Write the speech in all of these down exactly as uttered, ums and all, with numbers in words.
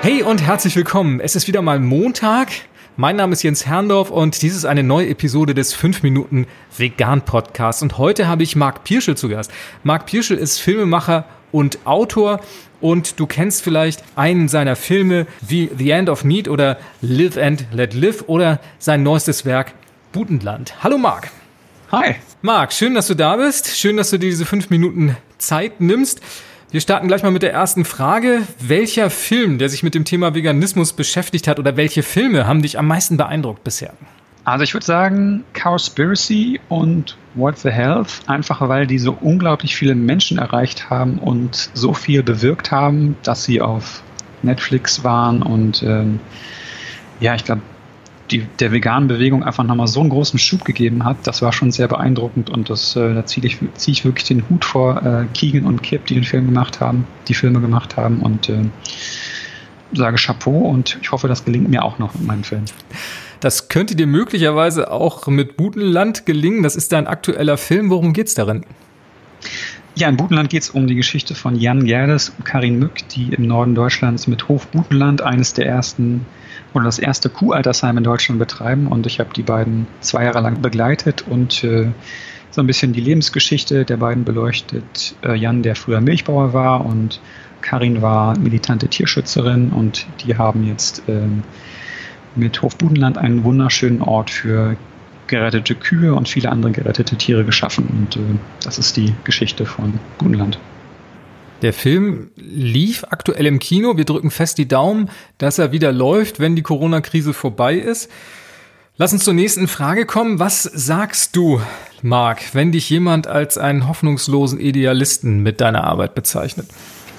Hey und herzlich willkommen. Es ist wieder mal Montag. Mein Name ist Jens Herrndorf und dies ist eine neue Episode des fünf Minuten Vegan Podcasts. Und heute habe ich Marc Pierschel zu Gast. Marc Pierschel ist Filmemacher und Autor und du kennst vielleicht einen seiner Filme wie The End of Meat oder Live and Let Live oder sein neuestes Werk Butenland. Hallo Marc. Hi. Marc, schön, dass du da bist. Schön, dass du dir diese fünf Minuten Zeit nimmst. Wir starten gleich mal mit der ersten Frage. Welcher Film, der sich mit dem Thema Veganismus beschäftigt hat, oder welche Filme haben dich am meisten beeindruckt bisher? Also ich würde sagen Cowspiracy und What the Health, einfach weil die so unglaublich viele Menschen erreicht haben und so viel bewirkt haben, dass sie auf Netflix waren und ähm, ja, ich glaube, die der veganen Bewegung einfach nochmal so einen großen Schub gegeben hat. Das war schon sehr beeindruckend und das, äh, da ziehe ich, zieh ich wirklich den Hut vor äh, Keegan und Kip, die den Film gemacht haben, die Filme gemacht haben und äh, sage Chapeau und ich hoffe, das gelingt mir auch noch mit meinem Film. Das könnte dir möglicherweise auch mit Butenland gelingen. Das ist dein aktueller Film. Worum geht's darin? Ja, in Butenland geht es um die Geschichte von Jan Gerdes und Karin Mück, die im Norden Deutschlands mit Hof Butenland eines der ersten oder das erste Kuhaltersheim in Deutschland betreiben. Und ich habe die beiden zwei Jahre lang begleitet und äh, so ein bisschen die Lebensgeschichte der beiden beleuchtet. Äh, Jan, der früher Milchbauer war, und Karin war militante Tierschützerin, und die haben jetzt äh, mit Hof Butenland einen wunderschönen Ort für gerettete Kühe und viele andere gerettete Tiere geschaffen. Und äh, das ist die Geschichte von Butenland. Der Film lief aktuell im Kino. Wir drücken fest die Daumen, dass er wieder läuft, wenn die Corona-Krise vorbei ist. Lass uns zur nächsten Frage kommen. Was sagst du, Marc, wenn dich jemand als einen hoffnungslosen Idealisten mit deiner Arbeit bezeichnet?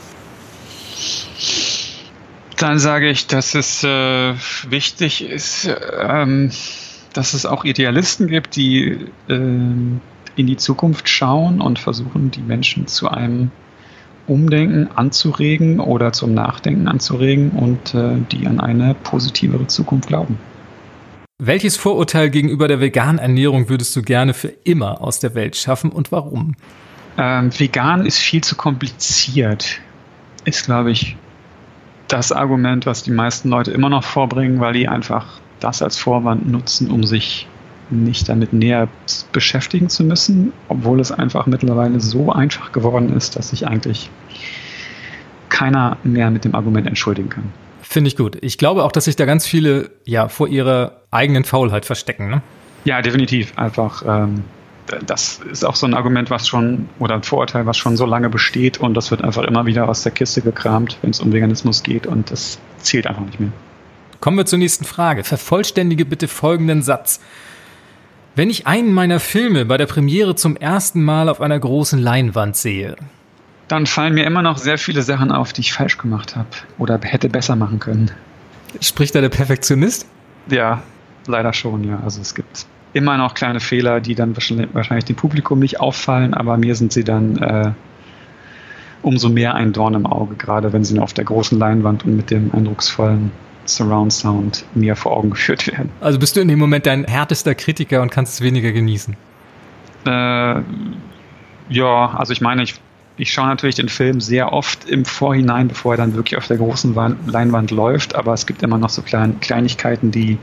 Dann sage ich, dass es äh, wichtig ist, ähm, dass es auch Idealisten gibt, die äh, in die Zukunft schauen und versuchen, die Menschen zu einem Umdenken anzuregen oder zum Nachdenken anzuregen und äh, die an eine positivere Zukunft glauben. Welches Vorurteil gegenüber der veganen Ernährung würdest du gerne für immer aus der Welt schaffen und warum? Ähm, vegan ist viel zu kompliziert, ist, glaube ich, das Argument, was die meisten Leute immer noch vorbringen, weil die einfach das als Vorwand nutzen, um sich nicht damit näher beschäftigen zu müssen, obwohl es einfach mittlerweile so einfach geworden ist, dass sich eigentlich keiner mehr mit dem Argument entschuldigen kann. Finde ich gut. Ich glaube auch, dass sich da ganz viele ja vor ihrer eigenen Faulheit verstecken, ne? Ja, definitiv. Einfach, ähm, das ist auch so ein Argument, was schon, oder ein Vorurteil, was schon so lange besteht, und das wird einfach immer wieder aus der Kiste gekramt, wenn es um Veganismus geht, und das zählt einfach nicht mehr. Kommen wir zur nächsten Frage. Vervollständige bitte folgenden Satz. Wenn ich einen meiner Filme bei der Premiere zum ersten Mal auf einer großen Leinwand sehe, dann fallen mir immer noch sehr viele Sachen auf, die ich falsch gemacht habe oder hätte besser machen können. Spricht da der Perfektionist? Ja, leider schon, ja. Also es gibt immer noch kleine Fehler, die dann wahrscheinlich dem Publikum nicht auffallen, aber mir sind sie dann äh, umso mehr ein Dorn im Auge, gerade wenn sie auf der großen Leinwand und mit dem eindrucksvollen Surround Sound mir vor Augen geführt werden. Also bist du in dem Moment dein härtester Kritiker und kannst es weniger genießen? Äh, ja, also ich meine, ich, ich schaue natürlich den Film sehr oft im Vorhinein, bevor er dann wirklich auf der großen Leinwand läuft, aber es gibt immer noch so klein, Kleinigkeiten, die,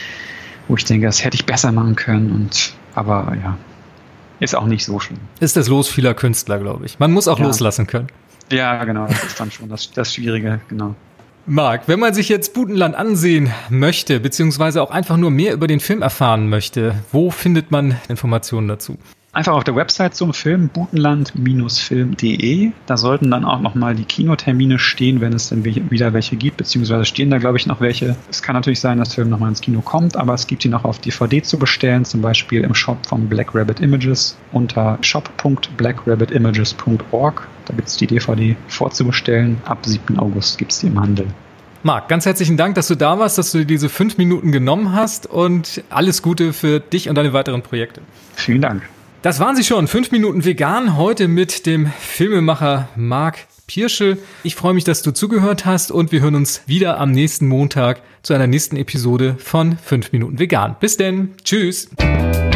wo ich denke, das hätte ich besser machen können, und aber ja, ist auch nicht so schlimm. Ist das Los vieler Künstler, glaube ich. Man muss auch ja. loslassen können. Ja, genau, das ist dann schon das, das Schwierige, genau. Marc, wenn man sich jetzt Butenland ansehen möchte, beziehungsweise auch einfach nur mehr über den Film erfahren möchte, wo findet man Informationen dazu? Einfach auf der Website zum Film, butenland Bindestrich film Punkt de. Da sollten dann auch nochmal die Kinotermine stehen, wenn es dann wieder welche gibt, beziehungsweise stehen da, glaube ich, noch welche. Es kann natürlich sein, dass der Film nochmal ins Kino kommt, aber es gibt ihn auch auf D V D zu bestellen, zum Beispiel im Shop von Black Rabbit Images unter shop punkt black rabbit images punkt org. Da gibt es die D V D vorzubestellen. Ab siebten August gibt es die im Handel. Marc, ganz herzlichen Dank, dass du da warst, dass du dir diese fünf Minuten genommen hast, und alles Gute für dich und deine weiteren Projekte. Vielen Dank. Das waren sie schon, fünf Minuten vegan, heute mit dem Filmemacher Marc Pierschel. Ich freue mich, dass du zugehört hast, und wir hören uns wieder am nächsten Montag zu einer nächsten Episode von fünf Minuten vegan. Bis denn, tschüss.